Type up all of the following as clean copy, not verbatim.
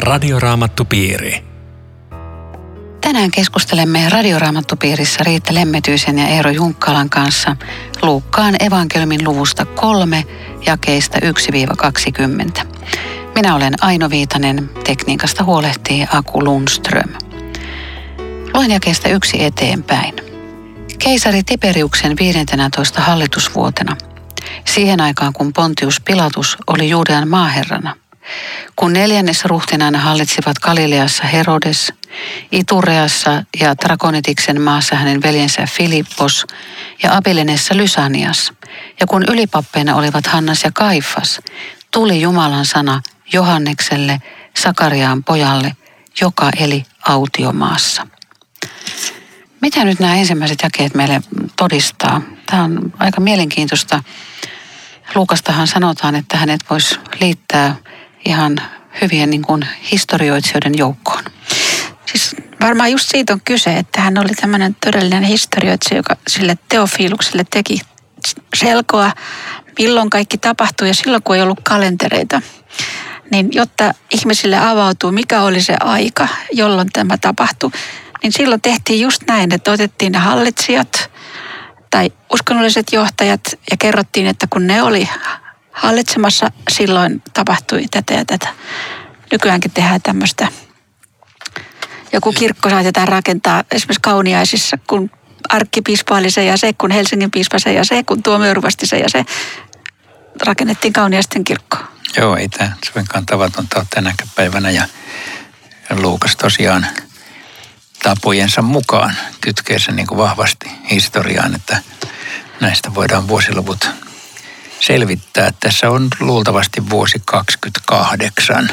Radioraamattupiiri. Tänään keskustelemme Radioraamattupiirissä Riitta Lemmetyisen ja Eero Junkkalan kanssa Luukkaan evankeliumin luvusta 3, jakeista 1-20. Minä olen Aino Viitanen, tekniikasta huolehtii Aku Lundström. Luen jakeesta 1 eteenpäin. Keisari Tiberiuksen 15. hallitusvuotena, siihen aikaan kun Pontius Pilatus oli Juudean maaherrana, kun 4. ruhtinaana hallitsivat Galileassa Herodes, Itureassa ja Trakonitiksen maassa hänen veljensä Filippos ja Abilenessa Lysanias, ja kun ylipappeina olivat Hannas ja Kaifas, tuli Jumalan sana Johannekselle, Sakariaan pojalle, joka eli autiomaassa. Mitä nyt nämä ensimmäiset jakeet meille todistaa? Tämä on aika mielenkiintoista. Luukastahan sanotaan, että hänet voisi liittää ihan hyvien niin kuin historioitsijoiden joukkoon. Siis varmaan just siitä on kyse, että hän oli tämmöinen todellinen historioitsija, joka sille Teofilukselle teki selkoa, milloin kaikki tapahtui ja silloin kun ei ollut kalentereita. Niin jotta ihmisille avautuu, mikä oli se aika, jolloin tämä tapahtui, niin silloin tehtiin just näin, että otettiin ne hallitsijat tai uskonnolliset johtajat ja kerrottiin, että kun ne oli hallitsemassa, silloin tapahtui tätä ja tätä. Nykyäänkin tehdään tämmöistä. Joku kirkko saatetaan rakentaa esimerkiksi Kauniaisissa, kun arkkipiispa oli se ja se, kun Helsingin piispa se ja se, kun tuomioruvasti se ja se. Rakennettiin Kauniaisten kirkko. Joo, ei tämä suinkaan tavatonta ole tänäkään päivänä ja Luukas tosiaan tapojensa mukaan kytkee sen niin kuin vahvasti historiaan, että näistä voidaan vuosiluvut selvittää. Tässä on luultavasti vuosi 28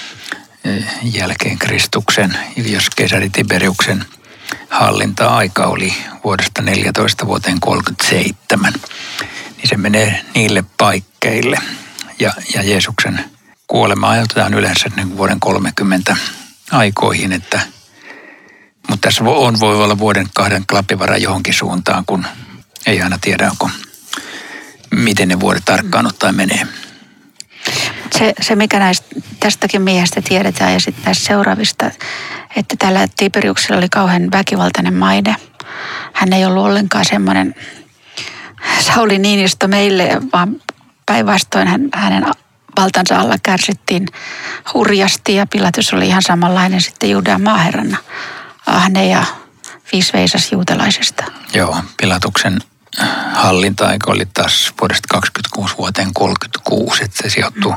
jälkeen Kristuksen, jos keisari Tiberiuksen hallinta-aika oli vuodesta 14 vuoteen 37, niin se menee niille paikkeille. Ja Jeesuksen kuolema ajoitetaan yleensä vuoden 30 aikoihin, mutta tässä voi olla vuoden 2 klappivara johonkin suuntaan, kun ei aina tiedä, miten ne vuodet tarkkaan ottaen menee. Se mikä tästäkin miehestä tiedetään ja sitten näistä seuraavista, että tällä Tiberiuksella oli kauhean väkivaltainen maine. Hän ei ollut ollenkaan semmoinen Sauli Niinistö meille, vaan päinvastoin hänen valtansa alla kärsittiin hurjasti ja Pilatus oli ihan samanlainen sitten Juudean maaherrana. Ahne ja viisveisas juutalaisesta. Joo, Pilatuksen hallinta-aika oli taas vuodesta 26 vuoteen 36, että se sijoittuu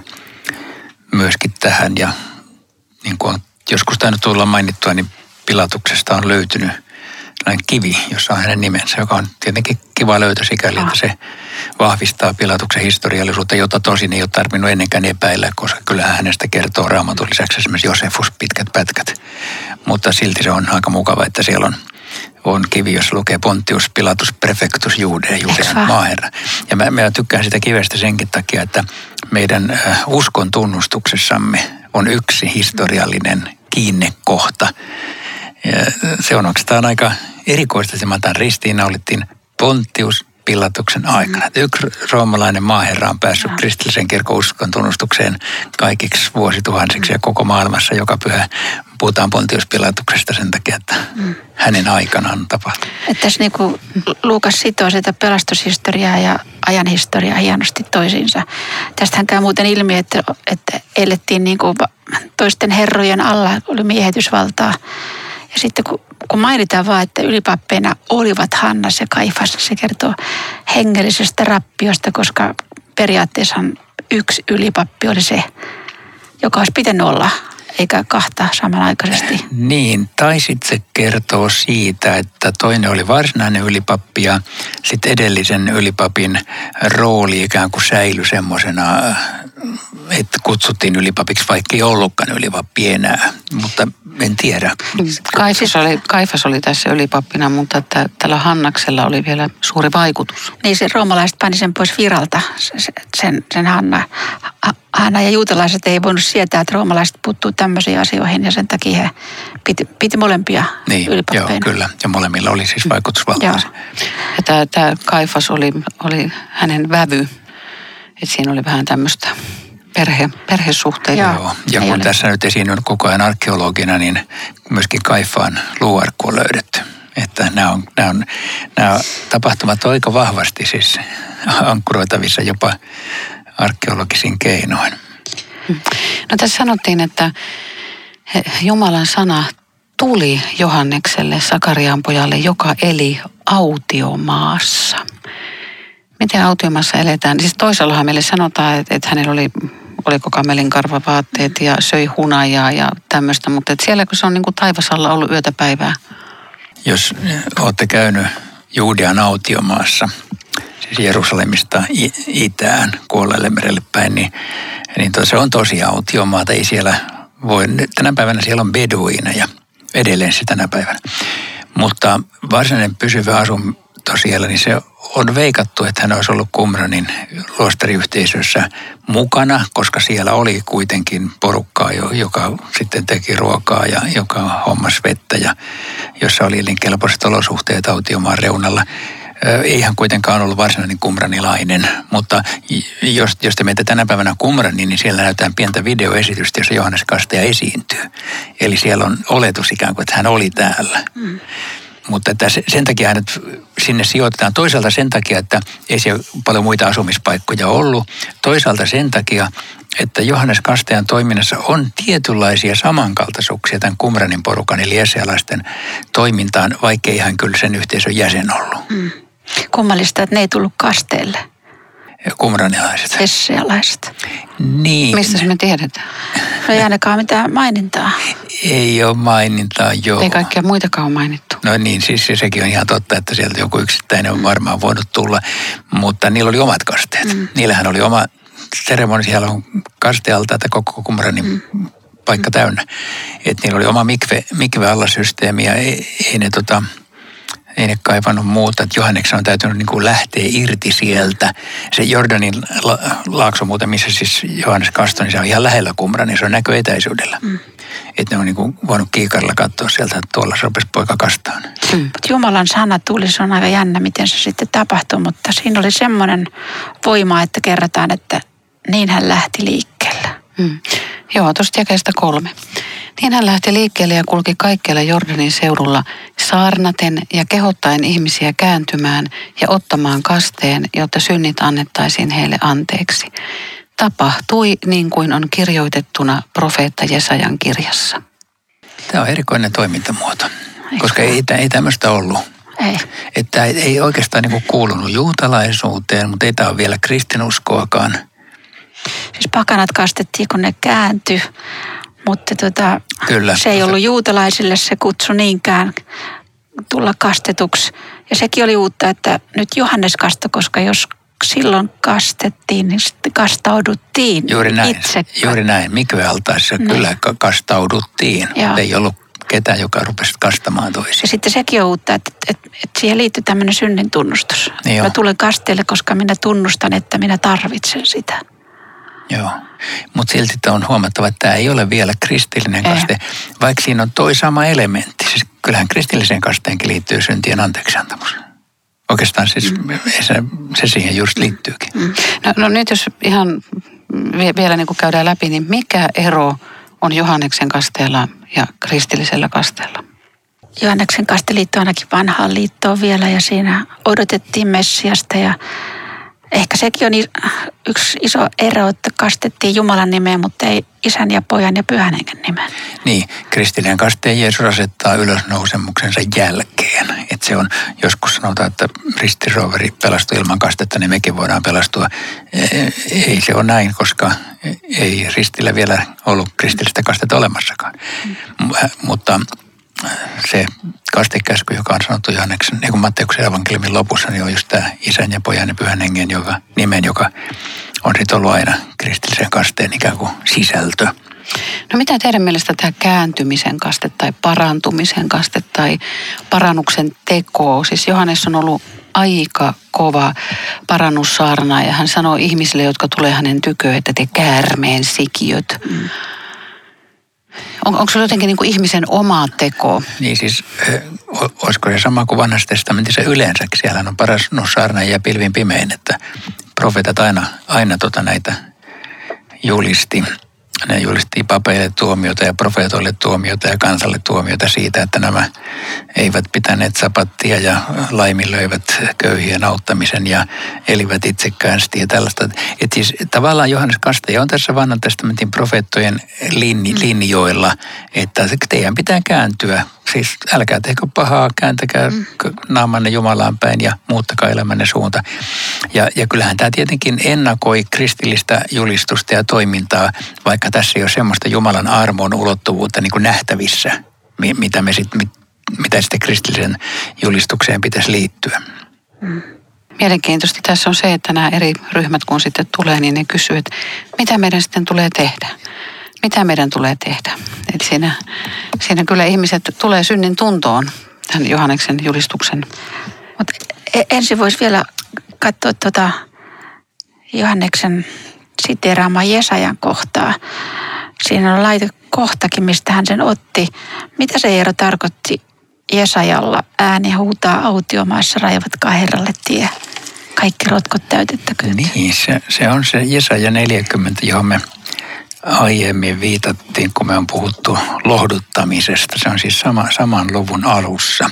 myöskin tähän. Ja niin kuin on joskus tainnut tulla mainittua, niin Pilatuksesta on löytynyt kivi, jossa on hänen nimensä, joka on tietenkin kiva löytö sikäli, että se vahvistaa Pilatuksen historiallisuutta, jota tosin ei ole tarvinnut ennenkään epäillä, koska kyllähän hänestä kertoo Raamatun lisäksi esimerkiksi Josefus pitkät pätkät. Mutta silti se on aika mukava, että siellä on kivi, jossa lukee Pontius Pilatus Prefectus Judean maaherra. Ja mä tykkään sitä kivestä senkin takia, että meidän uskon tunnustuksessamme on yksi historiallinen kiinnekohta. Ja se on oikeastaan aika erikoista, että me ristiinnaulittiin Pontius Pilatuksen aikana. Yksi roomalainen maaherra on päässyt kristillisen kirkon uskon tunnustukseen kaikiksi vuosituhansiksi ja koko maailmassa joka pyhä puhutaan Pontius Pilatuksesta sen takia, että hänen aikanaan on tapahtunut. Että tässä niin kuin Luukas sitoo sitä pelastushistoriaa ja ajanhistoriaa hienosti toisiinsa. Tästähän käy muuten ilmi, että elettiin niin kuin toisten herrojen alla, oli miehitysvaltaa. Ja sitten kun mainitaan vaan, että ylipappeina olivat Hannas ja Kaifas, se kertoo hengellisestä rappiosta, koska periaatteessa yksi ylipappi oli se, joka olisi pitänyt olla, eikä kahta samanaikaisesti. Niin, tai sitten se kertoo siitä, että toinen oli varsinainen ylipappi ja sitten edellisen ylipapin rooli ikään kuin säilyi semmoisena, että kutsuttiin ylipapiksi, vaikka ei ollutkaan ylipappi enää, mutta en tiedä. Kaifas oli tässä ylipappina, mutta tällä Hannaksella oli vielä suuri vaikutus. Niin se roomalaiset pani sen pois viralta, sen Hanna ja juutalaiset ei voinut sietää, että roomalaiset puuttuu tämmöisiin asioihin ja sen takia he piti molempia ylipappeina. Joo, kyllä. Ja molemmilla oli siis vaikutusvaltaa. Ja tämä Kaifas oli hänen vävy, että siinä oli vähän tämmöistä perhesuhteita. Joo. Ja kun tässä nyt esiinny koko ajan arkeologina, niin myöskin Kaifaan luuarkku on löydetty. Että nämä tapahtumat on aika vahvasti siis ankkuroitavissa jopa arkeologisin keinoin. No tässä sanottiin, että Jumalan sana tuli Johannekselle, Sakariaan pojalle, joka eli autiomaassa. Miten autiomaassa eletään? Siis toisaallahan meille sanotaan, että hänellä oliko kamelin karvavaatteet ja söi hunajaa ja tämmöistä, mutta sielläkö se on niin kuin taivasalla ollut yötä päivää? Jos olette käynyt Juudean autiomaassa, siis Jerusalemista itään Kuolleelle merelle päin, niin se on tosi autiomaata. Ei siellä voi, tänä päivänä siellä on beduiineja, edelleen se tänä päivänä. Mutta varsinainen pysyvä asunto siellä, niin se on veikattu, että hän olisi ollut Qumranin luostariyhteisössä mukana, koska siellä oli kuitenkin porukkaa, joka sitten teki ruokaa ja joka hommasi vettä ja jossa oli elinkelpoiset olosuhteet autiomaan reunalla. Ei hän kuitenkaan ollut varsinainen qumranilainen, mutta jos te menette tänä päivänä Qumraniin, niin siellä näytetään pientä videoesitystä, jossa Johannes Kastaja esiintyy. Eli siellä on oletus ikään kuin, että hän oli täällä. Mutta että sen takia hänet sinne sijoitetaan. Toisaalta sen takia, että ei siellä paljon muita asumispaikkoja ollut. Toisaalta sen takia, että Johannes Kastajan toiminnassa on tietynlaisia samankaltaisuuksia tämän Qumranin porukan eli essealaisten toimintaan, vaikkei hän kyllä sen yhteisön jäsen ollut. Kummallista, että ne ei tullut kasteelle. Qumranilaiset. Essealaiset. Niin. Mistä me tiedetään? No ei ainakaan mitään mainintaa. Ei ole mainintaa, joo. Ei kaikkia muitakaan ole mainittu. No niin, siis sekin on ihan totta, että sieltä joku yksittäinen on varmaan voinut tulla, mutta niillä oli omat kasteet. Niillähän oli oma seremoni, siellä on kastealta, että koko Qumranin paikka täynnä. Että niillä oli oma mikve-allasysteemi ja ei ne kaivannut muuta. Että Johanneksen on täytynyt niin kuin lähteä irti sieltä. Se Jordanin laakso muuten, missä siis Johannes kastoi, niin se on ihan lähellä Qumrania, se on näköetäisyydellä. Että ne on niin kuin voinut kiikarilla katsoa sieltä, että tuolla se rupesi poika kastaan. Mutta Jumalan sana tuli, se on aika jännä, miten se sitten tapahtui, mutta siinä oli semmoinen voima, että kerrotaan, että niin hän lähti liikkeelle. Joo, tuosta jakeesta 3. Niin hän lähti liikkeelle ja kulki kaikkialla Jordanin seudulla saarnaten ja kehottaen ihmisiä kääntymään ja ottamaan kasteen, jotta synnit annettaisiin heille anteeksi. Tapahtui niin kuin on kirjoitettuna profeetta Jesajan kirjassa. Tämä on erikoinen toimintamuoto, koska ei tämmöistä ollut. Ei. Että ei oikeastaan niin kuin kuulunut juutalaisuuteen, mutta ei tämä ole vielä kristinuskoakaan. Siis pakanat kastettiin, kun ne kääntyi, mutta Kyllä. Se ei ollut juutalaisille se kutsu niinkään tulla kastetuksi. Ja sekin oli uutta, että nyt Johannes kastoi, koska jos silloin kastettiin, niin sitten kastauduttiin itse. Juuri näin. Mikvealtaissa kyllä kastauduttiin. Ei ollut ketään, joka rupesi kastamaan toisia. Ja sitten sekin on uutta, että siihen liittyy tämmöinen synnin tunnustus. Niin mä tulen kasteelle, koska minä tunnustan, että minä tarvitsen sitä. Joo, mutta silti on huomattava, että tämä ei ole vielä kristillinen kaste, vaikka siinä on toi sama elementti. Siis kyllähän kristilliseen kasteenkin liittyy syntien anteeksiantamus. Oikeastaan siis se siihen just liittyykin. No nyt jos ihan vielä niin kuin käydään läpi, niin mikä ero on Johanneksen kasteella ja kristillisellä kasteella? Johanneksen kaste liittyy ainakin vanhaan liittoon vielä ja siinä odotettiin Messiasta ja ehkä sekin on yksi iso ero, että kastettiin Jumalan nimeen, mutta ei Isän ja Pojan ja Pyhän Hengen nimeen. Niin, kristillinen kasteen Jeesus asettaa ylösnousemuksensa jälkeen. Että se on, joskus sanotaan, että ristiroveri pelastui ilman kastetta, niin mekin voidaan pelastua. Ei se ole näin, koska ei ristillä vielä ollut kristillistä kastetta olemassakaan. Mutta se kastekäsky, joka on sanottu Johanneksen, niin kuin Matteuksen evankeliumin lopussa, niin on just tämä Isän ja Pojan ja Pyhän Hengen nimen, joka on sitten ollut aina kristillisen kasteen ikään kuin sisältö. No mitä teidän mielestä tämä kääntymisen kaste tai parantumisen kaste tai parannuksen teko? Siis Johannes on ollut aika kova parannussaarnaaja ja hän sanoo ihmisille, jotka tulee hänen tyköön, että te käärmeen sikiöt. Onko se jotenkin niin kuin ihmisen oma teko? Niin siis, olisiko se sama kuin vanhassa testamentissa yleensäkin? Siellä on parannussaarnaajia pilvin pimein, että profeetat aina näitä julisti. Ne julisti papeille tuomiota ja profeetoille tuomiota ja kansalle tuomiota siitä, että nämä eivät pitäneet sapattia ja laiminlöivät köyhien auttamisen ja elivät itsekkäästi ja tällaista. Että siis tavallaan Johannes Kastaja on tässä vanhan testamentin profeettojen linjoilla, että teidän pitää kääntyä. Siis älkää tehkö pahaa, kääntäkää naamanne Jumalaan päin ja muuttakaa elämänne suunta. Ja kyllähän tämä tietenkin ennakoi kristillistä julistusta ja toimintaa, vaikka tässä ei ole semmoista Jumalan armon ulottuvuutta niin kuin nähtävissä, mitä sitten kristillisen julistukseen pitäisi liittyä. Mielenkiintoista tässä on se, että nämä eri ryhmät kun sitten tulee, niin ne kysyy, että mitä meidän sitten tulee tehdä. Mitä meidän tulee tehdä? Eli siinä kyllä ihmiset tulee synnin tuntoon tämän Johanneksen julistuksen. Mutta ensin voisi vielä katsoa Johanneksen siteeraamaa Jesajan kohtaa. Siinä on laitekohtakin, mistä hän sen otti. Mitä se Eero tarkoitti Jesajalla? Ääni huutaa autiomaissa, raivatkaa Herralle tie. Kaikki rotkot täytettäköön. Niin, se on se Jesaja 40, johon me aiemmin viitattiin, kun me on puhuttu lohduttamisesta. Se on siis saman luvun alussa.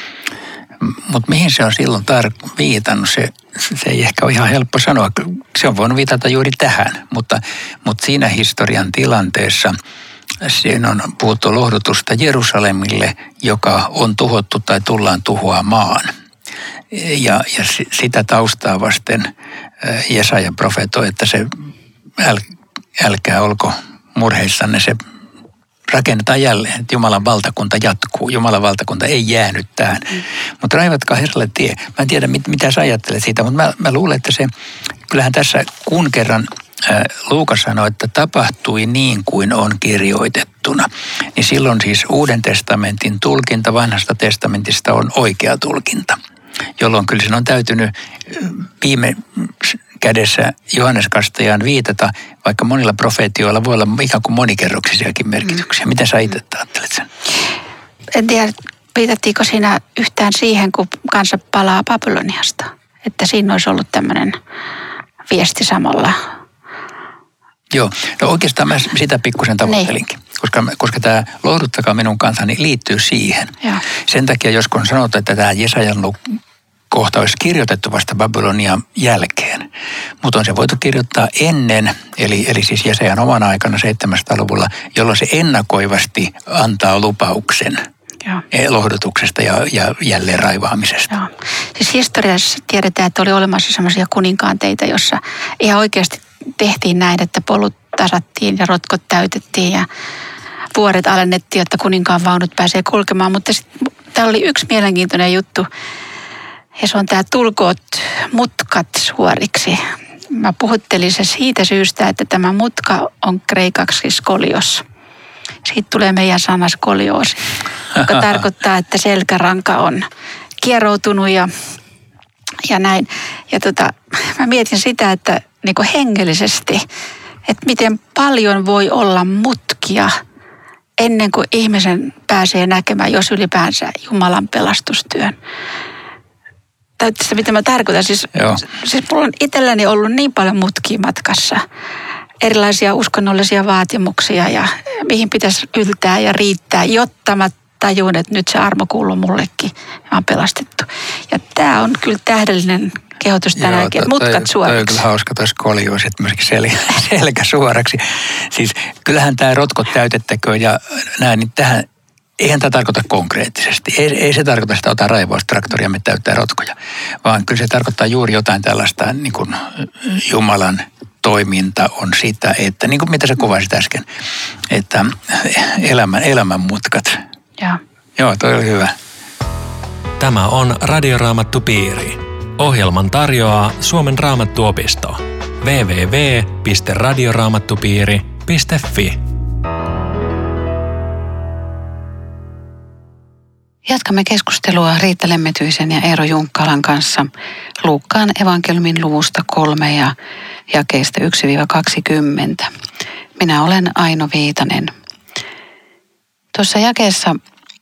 Mutta mihin se on silloin viitannut, se ei ehkä ole ihan helppo sanoa. Se on voinut viitata juuri tähän, mutta siinä historian tilanteessa siinä on puhuttu lohdutusta Jerusalemille, joka on tuhottu tai tullaan tuhoamaan. Ja sitä taustaa vasten Jesaja profetoi, että se älkää olko murheissanne, se rakennetaan jälleen, että Jumalan valtakunta jatkuu. Jumalan valtakunta ei jäänyt tähän. Mutta raivatkaa Herralle tie. Mä en tiedä, mitä sä ajattelet siitä, mutta mä luulen, että kyllähän tässä kun kerran Luukas sanoi, että tapahtui niin kuin on kirjoitettuna, niin silloin siis Uuden testamentin tulkinta vanhasta testamentista on oikea tulkinta, jolloin kyllä sen on täytynyt viime kädessä Johannes Kastajaan viitata, vaikka monilla profeetioilla voi olla ikään kuin monikerroksisiakin merkityksiä. Miten sä itse ajattelet sen? En tiedä, viitattiinko siinä yhtään siihen, kun kansa palaa Babyloniasta, että siinä olisi ollut tämmöinen viesti samalla. Joo, no oikeastaan mä sitä pikkusen tavoittelinkin, koska tämä lohduttakaa minun kansani liittyy siihen. Ja. Sen takia joskus on sanottu, että tämä Jesajan kohta olisi kirjoitettu vasta Babylonian jälkeen. Mutta on se voitu kirjoittaa ennen, eli siis Jesajan oman aikana 700-luvulla, jolloin se ennakoivasti antaa lupauksen lohdutuksesta ja jälleen raivaamisesta. Joo. Siis historiassa tiedetään, että oli olemassa sellaisia kuninkaanteita, jossa ihan oikeasti tehtiin näin, että polut tasattiin ja rotkot täytettiin ja vuoret alennettiin, jotta kuninkaan vaunut pääsee kulkemaan. Mutta tämä oli yksi mielenkiintoinen juttu. Ja se on tämä tulkoot mutkat suoriksi. Mä puhuttelin se siitä syystä, että tämä mutka on kreikaksi skolios. Siitä tulee meidän sana skolioosi, joka tarkoittaa, että selkäranka on kieroutunut ja näin. Ja mä mietin sitä, että niin kuin hengellisesti, että miten paljon voi olla mutkia ennen kuin ihmisen pääsee näkemään, jos ylipäänsä Jumalan pelastustyön. Täytyy mitä mä tarkoitan. Siis mulla on itselläni ollut niin paljon mutkia matkassa. Erilaisia uskonnollisia vaatimuksia ja mihin pitäisi yltää ja riittää, jotta mä tajun, että nyt se armo kuuluu mullekin. Mä oon pelastettu. Ja tää on kyllä tähdellinen kehotus tänäänkin, että mutkat suoraksi. Toi on kyllä hauska toi skolioosi, että myöskin selkä suoraksi. Siis kyllähän tämä rotkot täytettäköön ja näin, niin tähän eihän tämä tarkoita konkreettisesti. Ei se tarkoita sitä ottaa raivaustraktoria, me täyttää rotkoja. Vaan kyllä se tarkoittaa juuri jotain tällaista niin kuin Jumalan toiminta on sitä, että niin kuin mitä sä kuvasit äsken, että elämän mutkat. Joo, toi oli hyvä. Tämä on Radioraamattupiiri. Ohjelman tarjoaa Suomen Raamattuopisto. www.radioraamattupiiri.fi. Jatkamme keskustelua Riitta Lemmetyisen ja Eero Junkkalan kanssa Luukkaan evankeliumin luvusta 3 ja jakeista 1-20. Minä olen Aino Viitanen. Tuossa jakeessa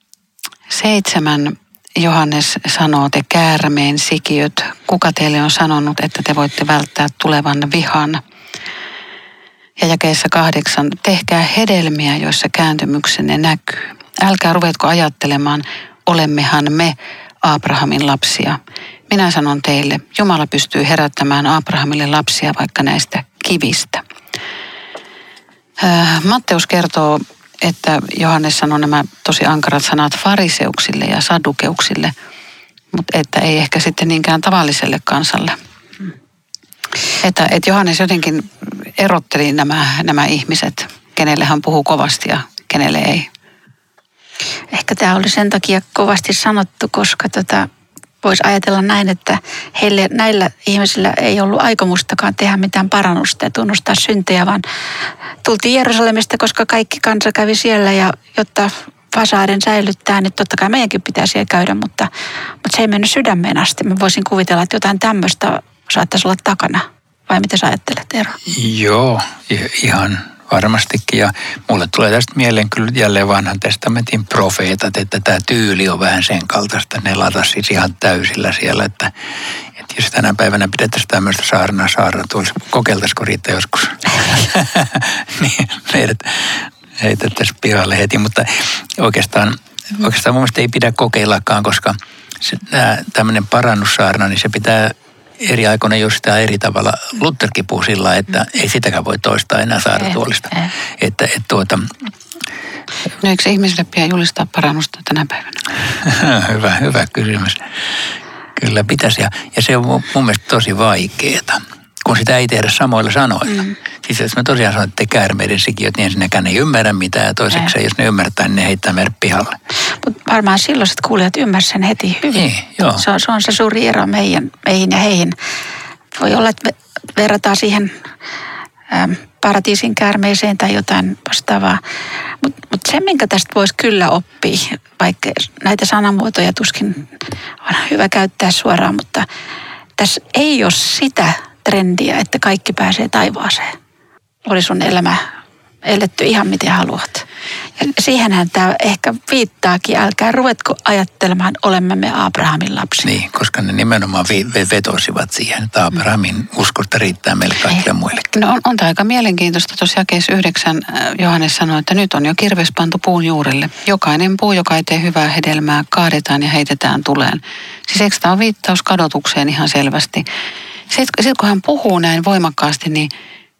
7 Johannes sanoo, te käärmeen sikiöt, kuka teille on sanonut, että te voitte välttää tulevan vihan. Ja jakeessa 8, tehkää hedelmiä, joissa kääntymyksenne näkyy. Älkää ruvetko ajattelemaan, olemmehan me Abrahamin lapsia. Minä sanon teille, Jumala pystyy herättämään Abrahamille lapsia vaikka näistä kivistä. Matteus kertoo, että Johannes sanoi nämä tosi ankarat sanat fariseuksille ja sadukeuksille, mutta että ei ehkä sitten niinkään tavalliselle kansalle. Että Johannes jotenkin erotteli nämä ihmiset, kenelle hän puhuu kovasti ja kenelle ei. Ehkä tämä oli sen takia kovasti sanottu, koska voisi ajatella näin, että näillä ihmisillä ei ollut aikomustakaan tehdä mitään parannusta ja tunnustaa syntejä, vaan tultiin Jerusalemista, koska kaikki kansa kävi siellä ja jotta fasaaden säilyttää, niin totta kai meidänkin pitää siellä käydä, mutta se ei mennyt sydämeen asti. Mä voisin kuvitella, että jotain tämmöistä saattaisi olla takana. Vai mitä sä ajattelet, Eero? Joo, ihan varmastikin. Ja mulle tulee tästä mieleen kyllä jälleen vanhan testamentin profeetat, että tämä tyyli on vähän sen kaltaista. Ne latas siis ihan täysillä siellä, että jos tänä päivänä pidettäisiin tämmöistä saarnaa tuolla, kokeiltaisiko Riitta joskus? Niin meidät heitettäisiin pihalle heti, mutta oikeastaan mun mielestä ei pidä kokeillakaan, koska tämmöinen parannussaarna, niin se pitää eri aikoina jostain eri tavalla. Lutherkin puhuu sillä, että ei sitäkään voi toistaa enää saarnatuolista. No eikö ihmisille pidä julistaa parannusta tänä päivänä? Hyvä kysymys. Kyllä pitäisi. Ja se on mun mielestä tosi vaikeaa, kun sitä ei tehdä samoilla sanoilla. Siis jos mä tosiaan sanon, että te käärmeiden sikiöt, niin ensinnäkään ne ei ymmärrä mitään. Ja toiseksi, jos ne ymmärtää, niin ne heittää meidät pihalle. Mutta varmaan silloiset kuulijat ymmärsivät sen heti hyvin. Niin, joo. Se on se suuri ero meihin ja heihin. Voi olla, että verrataan siihen paratiisin käärmeeseen tai jotain vastaavaa. Mutta se, minkä tästä voisi kyllä oppia, vaikka näitä sanamuotoja tuskin on hyvä käyttää suoraan, mutta tässä ei ole sitä trendiä, että kaikki pääsee taivaaseen. Oli sun elämä eletty ihan miten haluat. Ja siihenhän tämä ehkä viittaakin. Älkää ruvetko ajattelemaan, olemme me Abrahamin lapsia. Niin, koska ne nimenomaan vetosivat siihen, että Abrahamin uskosta riittää meille kaikille muillekin. No on tämä aika mielenkiintoista. Tuossa jakeessa 9 Johannes sanoi, että nyt on jo kirves pantu puun juurelle. Jokainen puu, joka ei tee hyvää hedelmää, kaadetaan ja heitetään tuleen. Siis eikö tämä ole viittaus kadotukseen ihan selvästi? Sitten kun hän puhuu näin voimakkaasti, niin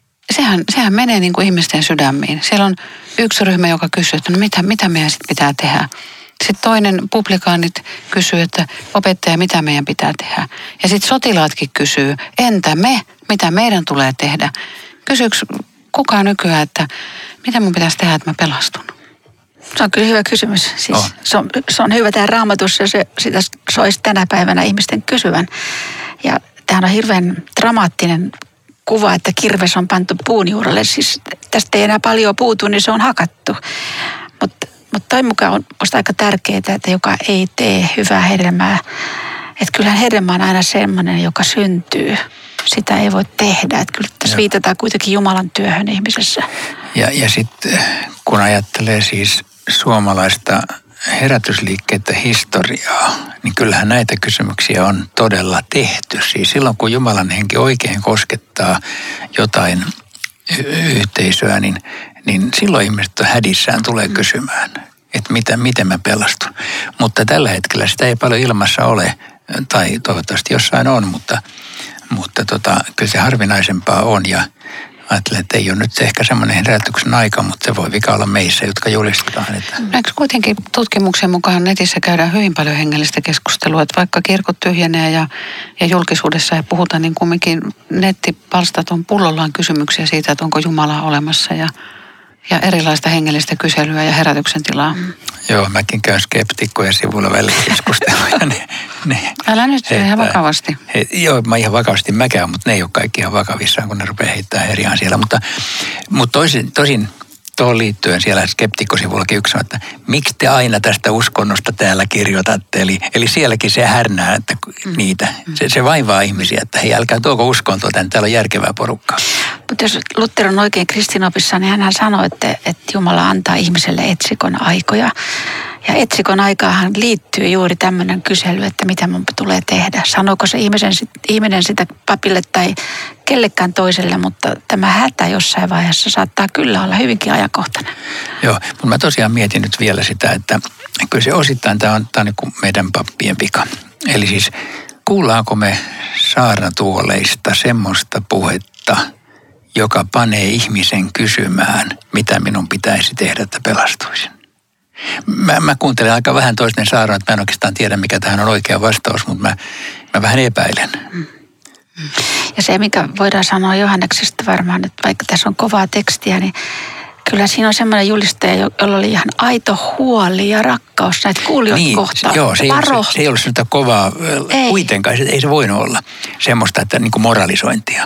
sehän menee niin kuin ihmisten sydämiin. Siellä on yksi ryhmä, joka kysyy, että no mitä meidän sitten pitää tehdä. Sitten toinen publikaanit kysyy, että opettaja, mitä meidän pitää tehdä. Ja sitten sotilaatkin kysyy, entä me, mitä meidän tulee tehdä. Kysyykö kukaan nykyään, että mitä mun pitäisi tehdä, että mä pelastun? Se on kyllä hyvä kysymys. Siis se on hyvä tämä Raamatussa, sitä soisi tänä päivänä ihmisten kysyvän. Ja tämähän on hirveän dramaattinen kuva, että kirves on pantu puun juurelle. Siis tästä ei enää paljon puutu, niin se on hakattu. Mutta toi mukaan on musta aika tärkeää, että joka ei tee hyvää hedelmää. Että kyllähän hedelmä on aina semmoinen, joka syntyy. Sitä ei voi tehdä. Että kyllä tässä viitataan kuitenkin Jumalan työhön ihmisessä. Ja sitten kun ajattelee siis suomalaista herätysliikkeiden historiaa, niin kyllähän näitä kysymyksiä on todella tehty. Siis silloin, kun Jumalan henki oikein koskettaa jotain yhteisöä, niin silloin ihmiset hädissään tulee kysymään, että miten mä pelastun. Mutta tällä hetkellä sitä ei paljon ilmassa ole, tai toivottavasti jossain on, mutta kyllä se harvinaisempaa on ja ajattelen, että ei ole nyt ehkä semmoinen herätyksen aika, mutta se voi vika olla meissä, jotka julistetaan. Että eikö kuitenkin tutkimuksen mukaan netissä käydään hyvin paljon hengellistä keskustelua, että vaikka kirkot tyhjenee ja julkisuudessa ei puhuta, niin kumminkin nettipalstat on pullollaan kysymyksiä siitä, että onko Jumalaa olemassa ja erilaista hengellistä kyselyä ja herätyksen tilaa. Joo, mäkin käyn skeptikkojen sivuilla välillä keskustelua. Älä nyt ihan vakavasti. Joo, mä ihan vakavasti mäkään, mutta ne ei ole kaikki ihan vakavissaan, kun ne rupeaa heittämään herjaan siellä. Mutta tosin tuohon liittyen siellä skeptikkosivullakin yksi sanoo, että miksi te aina tästä uskonnosta täällä kirjoitatte? Eli sielläkin se härnää, että niitä. Se vaivaa ihmisiä, että hei, älkää tuoko uskontoa tänne, täällä on järkevää porukkaa. Mutta jos Luther on oikein kristinopissa, niin hän sanoi, että Jumala antaa ihmiselle etsikon aikoja. Ja etsikon aikaahan liittyy juuri tämmöinen kysely, että mitä mun tulee tehdä. Sanooko se ihminen sitä papille tai kellekään toiselle, mutta tämä hätä jossain vaiheessa saattaa kyllä olla hyvinkin ajankohtainen. Joo, mutta mä tosiaan mietin nyt vielä sitä, että kyllä se osittain tämä on niin kuin meidän pappien vika. Eli siis kuullaanko me saarnatuoleista semmoista puhetta, joka panee ihmisen kysymään, mitä minun pitäisi tehdä, että pelastuisin. Mä kuuntelen aika vähän toisten saarnaa, että mä en oikeastaan tiedä, mikä tähän on oikea vastaus, mutta mä vähän epäilen. Ja se, mikä voidaan sanoa Johanneksesta varmaan, että vaikka tässä on kovaa tekstiä, niin kyllä siinä on semmoinen julistaja, jolla oli ihan aito huoli ja rakkaus näitä kuulijoita kohtaan. Joo, se ei ollut sitä kovaa, kuitenkaan ei se voinut olla semmoista, että niin kuin moralisointia.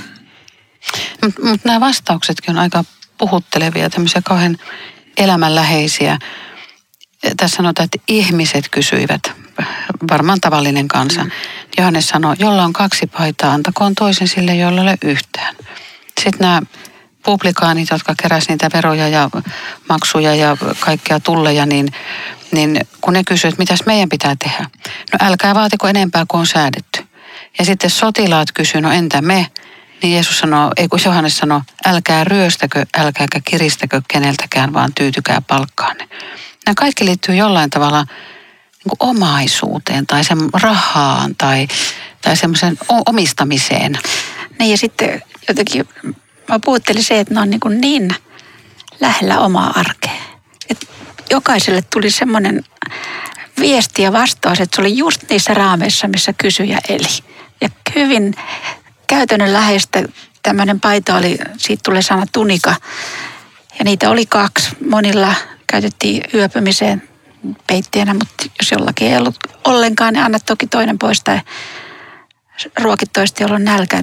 Mutta nämä vastauksetkin on aika puhuttelevia, tämmöisiä kauhean elämänläheisiä. Tässä sanotaan, että ihmiset kysyivät, varmaan tavallinen kansa. Johannes sanoi, jolla on 2 paitaa, antakoon toisen sille, jolla ei ole yhtään. Sitten nämä publikaanit, jotka keräsivät niitä veroja ja maksuja ja kaikkea tulleja, niin kun ne kysyivät, että mitäs meidän pitää tehdä? No älkää vaatiko enempää kuin on säädetty. Ja sitten sotilaat kysyivät, no entä me? Niin Jeesus sanoo, kun Johannes sanoo, älkää ryöstäkö, älkääkä kiristäkö keneltäkään, vaan tyytykää palkkaanne. Nämä kaikki liittyy jollain tavalla niin kuin omaisuuteen tai sen rahaan tai semmoisen omistamiseen. Niin ja sitten jotenkin mä puhuttelin se, että ne on niin lähellä omaa arkea. Että jokaiselle tuli semmoinen viesti ja vastaus, että se oli just niissä raameissa, missä kysyjä eli. Ja hyvin käytännönläheistä tämmöinen paita oli, siitä tulee sana tunika. Ja niitä oli 2. Monilla käytettiin yöpymiseen peitteenä, mutta jos jollakin ei ollut ollenkaan, niin anna toki toinen pois tai ruokit toista, jolla on nälkä.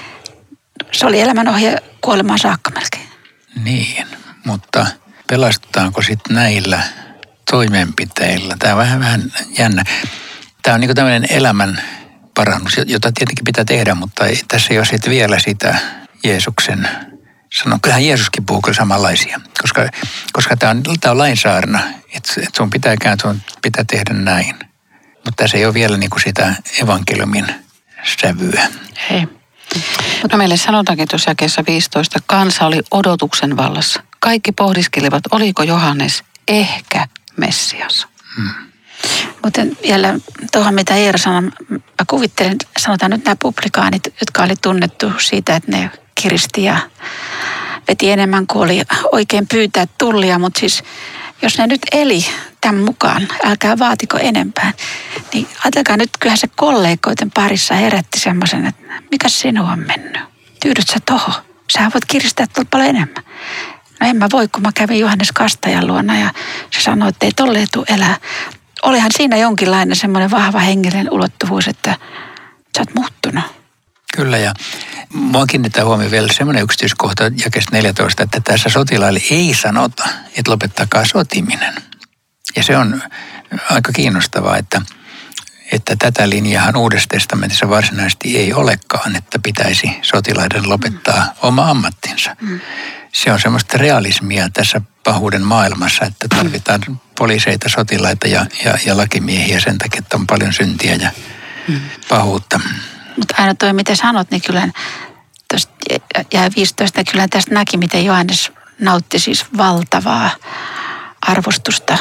Se oli elämänohje kuolemaan saakka melkein. Niin, mutta pelastutaanko sitten näillä toimenpiteillä? Tämä on vähän jännä. Tämä on niin kuin tämmöinen elämän parannus, jota tietenkin pitää tehdä, mutta tässä ei ole sitten vielä sitä Jeesuksen sanoa. Kyllähän Jeesuskin puhuu kyllä samanlaisia, koska tämä on lainsaarna, että sun pitää tehdä näin. Mutta tässä ei ole vielä niin kuin sitä evankeliumin sävyä. Hei. No meille sanotaankin tuossa jakeessa 15, kansa oli odotuksen vallassa. Kaikki pohdiskelivat, oliko Johannes ehkä Messias. Mutta vielä tuohon, mitä Eero sanoi, mä kuvittelen, sanotaan nyt nämä publikaanit, jotka oli tunnettu siitä, että ne kiristi ja veti enemmän kuin oli oikein pyytää tullia, mutta siis jos ne nyt eli tämän mukaan, älkää vaatiko enempää, niin ajatelkaa nyt, kyllähän se kollegoiden parissa herätti semmoisen, että mikä sinua on mennyt? Tyydyt sä tohon? Sä voit kiristää tuolla paljon enemmän. No en mä voi, kun mä kävin Johannes Kastajan luona ja se sanoi, että ei tolleen tule elää. Olihan siinä jonkinlainen semmoinen vahva hengellinen ulottuvuus, että sä oot muuttunut. Kyllä ja mua kiinnittää huomioon vielä semmoinen yksityiskohta jakeesta 14, että tässä sotilaille ei sanota, että lopettakaa sotiminen. Ja se on aika kiinnostavaa, että tätä linjaahan Uudessa testamentissa varsinaisesti ei olekaan, että pitäisi sotilaiden lopettaa oma ammattinsa. Se on semmoista realismia tässä pahuuden maailmassa, että tarvitaan poliiseita, sotilaita ja lakimiehiä sen takia, että on paljon syntiä ja pahuutta. Mutta aina toi, mitä sanot, niin kyllä tuosta jäi 15, niin kyllä tästä näki, miten Johannes nautti siis valtavaa arvostusta.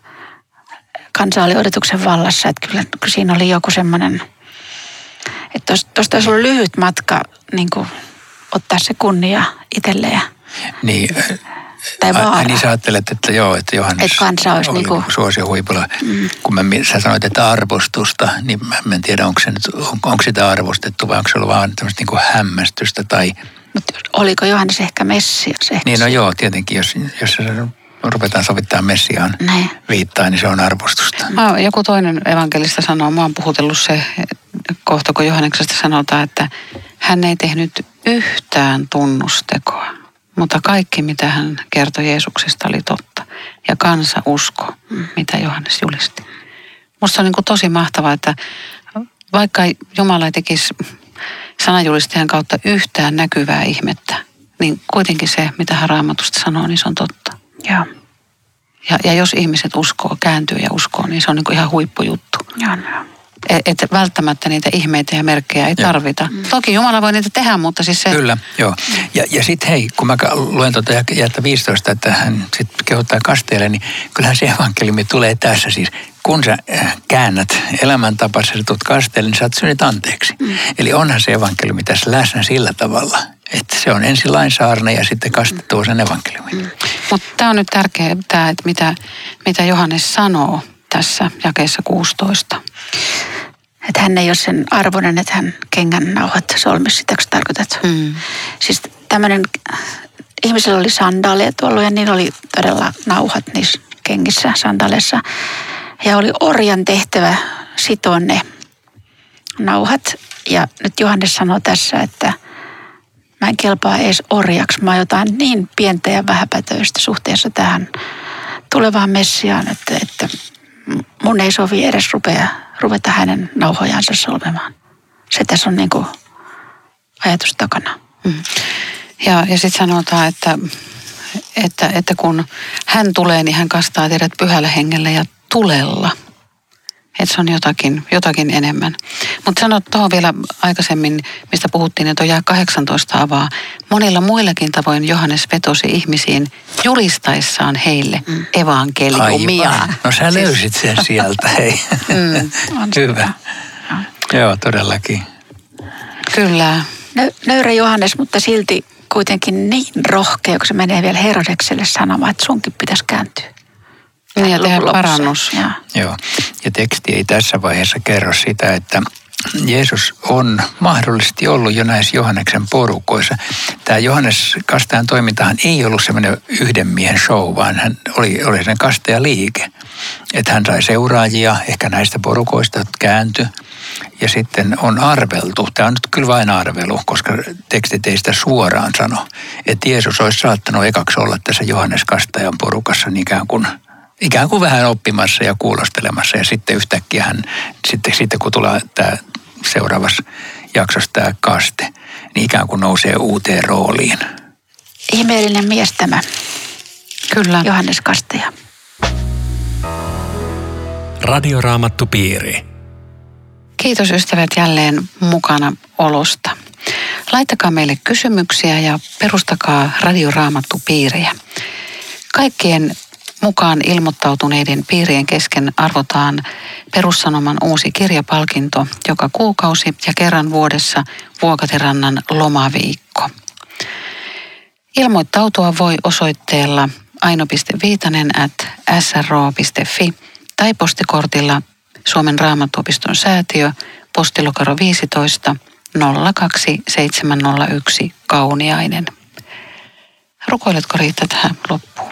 Kansa oli odotuksen vallassa, että kyllä siinä oli joku semmoinen, että tuosta olisi ollut lyhyt matka niin kuin ottaa se kunnia itselleen. Niin, tai vaara. Niin sä ajattelet, että joo, että Johannes että kansa olisi oli niinku suosio huipulla. Kun sä sanoit, että arvostusta, niin mä en tiedä, onko sitä arvostettu vai onko se ollut vaan tämmöistä niinku hämmästystä tai... Mutta oliko Johannes ehkä Messias? Niin no joo, tietenkin, jos ruvetaan sovittaa Messiaan viittaa, niin se on arvostusta. Joku toinen evankelista sanoo, mä oon puhutellut se kohta, kun Johanneksesta sanotaan, että hän ei tehnyt yhtään tunnustekoa, mutta kaikki, mitä hän kertoi Jeesuksesta, oli totta. Ja kansa uskoi, mitä Johannes julisti. Musta on niin kuin tosi mahtavaa, että vaikka Jumala ei tekisi sananjulistajan kautta yhtään näkyvää ihmettä, niin kuitenkin se, mitä hän Raamatusta sanoo, niin se on totta. Joo. Ja jos ihmiset uskoo, kääntyy ja uskoo, niin se on niin kuin ihan huippujuttu. Joo. Että välttämättä niitä ihmeitä ja merkkejä ei tarvita. Toki Jumala voi niitä tehdä, mutta siis se... Kyllä, joo. Ja sitten hei, kun mä luen tuota jaetta 15, että hän sitten kehottaa kasteelle, niin kyllähän se evankeliumi tulee tässä siis. Kun sä käännät elämäntapassa ja tulet kasteelle, niin saat synnit anteeksi. Eli onhan se evankeliumi tässä läsnä sillä tavalla, että se on ensin lainsaarna ja sitten kastettuu sen evankeliumin. Mutta tämä on nyt tärkeää, että mitä Johannes sanoo tässä jakeessa 16. Että hän ei ole sen arvoinen, että hän kengän nauhat solmisi, sitäkö tarkoitat? Siis tämmöinen, ihmisellä oli sandaaleet ollut ja niillä oli todella nauhat niissä kengissä, sandaaleissa. Ja oli orjan tehtävä sitoa ne nauhat. Ja nyt Johannes sanoo tässä, että mä en kelpaa edes orjaksi. Mä oon jotain niin pientä ja vähäpätöistä suhteessa tähän tulevaan Messiaan, että mun ei sovi edes ruveta hänen nauhojansa solmemaan. Se tässä on niin kuin ajatus takana. Ja sitten sanotaan, että kun hän tulee, niin hän kastaa teidät pyhällä hengellä ja tulella. Että se on jotakin enemmän. Mutta sano tuohon vielä aikaisemmin, mistä puhuttiin, että on jae 18 avaa. Monilla muillakin tavoin Johannes vetosi ihmisiin julistaessaan heille evankeliumia. Aivan. No sä löysit sen sieltä, hei. Hyvä. Joo, todellakin. Kyllä. Nöyrä Johannes, mutta silti kuitenkin niin rohkea, kun se menee vielä Herodekselle sanomaan, että sunkin pitäisi kääntyä. Niin ja tehdä parannus. Joo, ja teksti ei tässä vaiheessa kerro sitä, että Jeesus on mahdollisesti ollut jo näissä Johanneksen porukoissa. Tämä Johannes kastajan toimintahan ei ollut semmoinen yhden miehen show, vaan hän oli sen kastajaliike. Että hän sai seuraajia, ehkä näistä porukoista kääntyi. Ja sitten on arveltu, tämä on nyt kyllä vain arvelu, koska tekstit ei sitä suoraan sano, että Jeesus olisi saattanut ekaksi olla tässä Johannes kastajan porukassa niin ikään kuin vähän oppimassa ja kuulostelemassa. Ja sitten yhtäkkiä hän, sitten kun tulee tämä seuraavassa jaksossa tämä kaste, niin ikään kuin nousee uuteen rooliin. Ihmeellinen mies tämä. Kyllä. Johannes kastaja. Radioraamattupiiri. Kiitos ystävät jälleen mukana olosta. Laittakaa meille kysymyksiä ja perustakaa radioraamattupiirejä. Kaikkien mukaan ilmoittautuneiden piirien kesken arvotaan Perussanoman uusi kirjapalkinto joka kuukausi ja kerran vuodessa Vuokaterannan lomaviikko. Ilmoittautua voi osoitteella aino.viitanen@sro.fi tai postikortilla Suomen Raamattuopiston säätiö, postilokero 15 02701 Kauniainen. Rukoiletko Riitta tähän loppuun?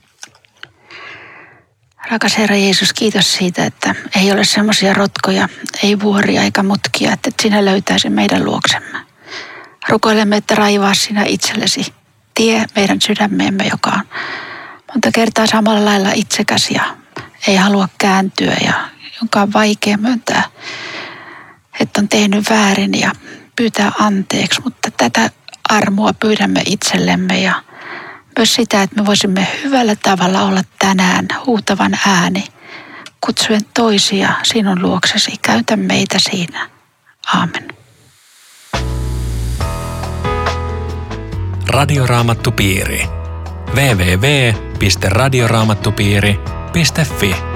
Rakas Herra Jeesus, kiitos siitä, että ei ole semmoisia rotkoja, ei vuoria eikä mutkia, että sinä löytäisi meidän luoksemme. Rukoilemme, että raivaa sinä itsellesi tie meidän sydämeemme, joka on monta kertaa samalla lailla itsekäs ja ei halua kääntyä ja jonka on vaikea myöntää, että on tehnyt väärin ja pyytää anteeksi, mutta tätä armoa pyydämme itsellemme ja myös sitä, että me voisimme hyvällä tavalla olla tänään huutavan ääni, kutsuen toisia sinun luoksesi. Käytä meitä siinä. Aamen. Radioraamattupiiri. www.radioraamattupiiri.fi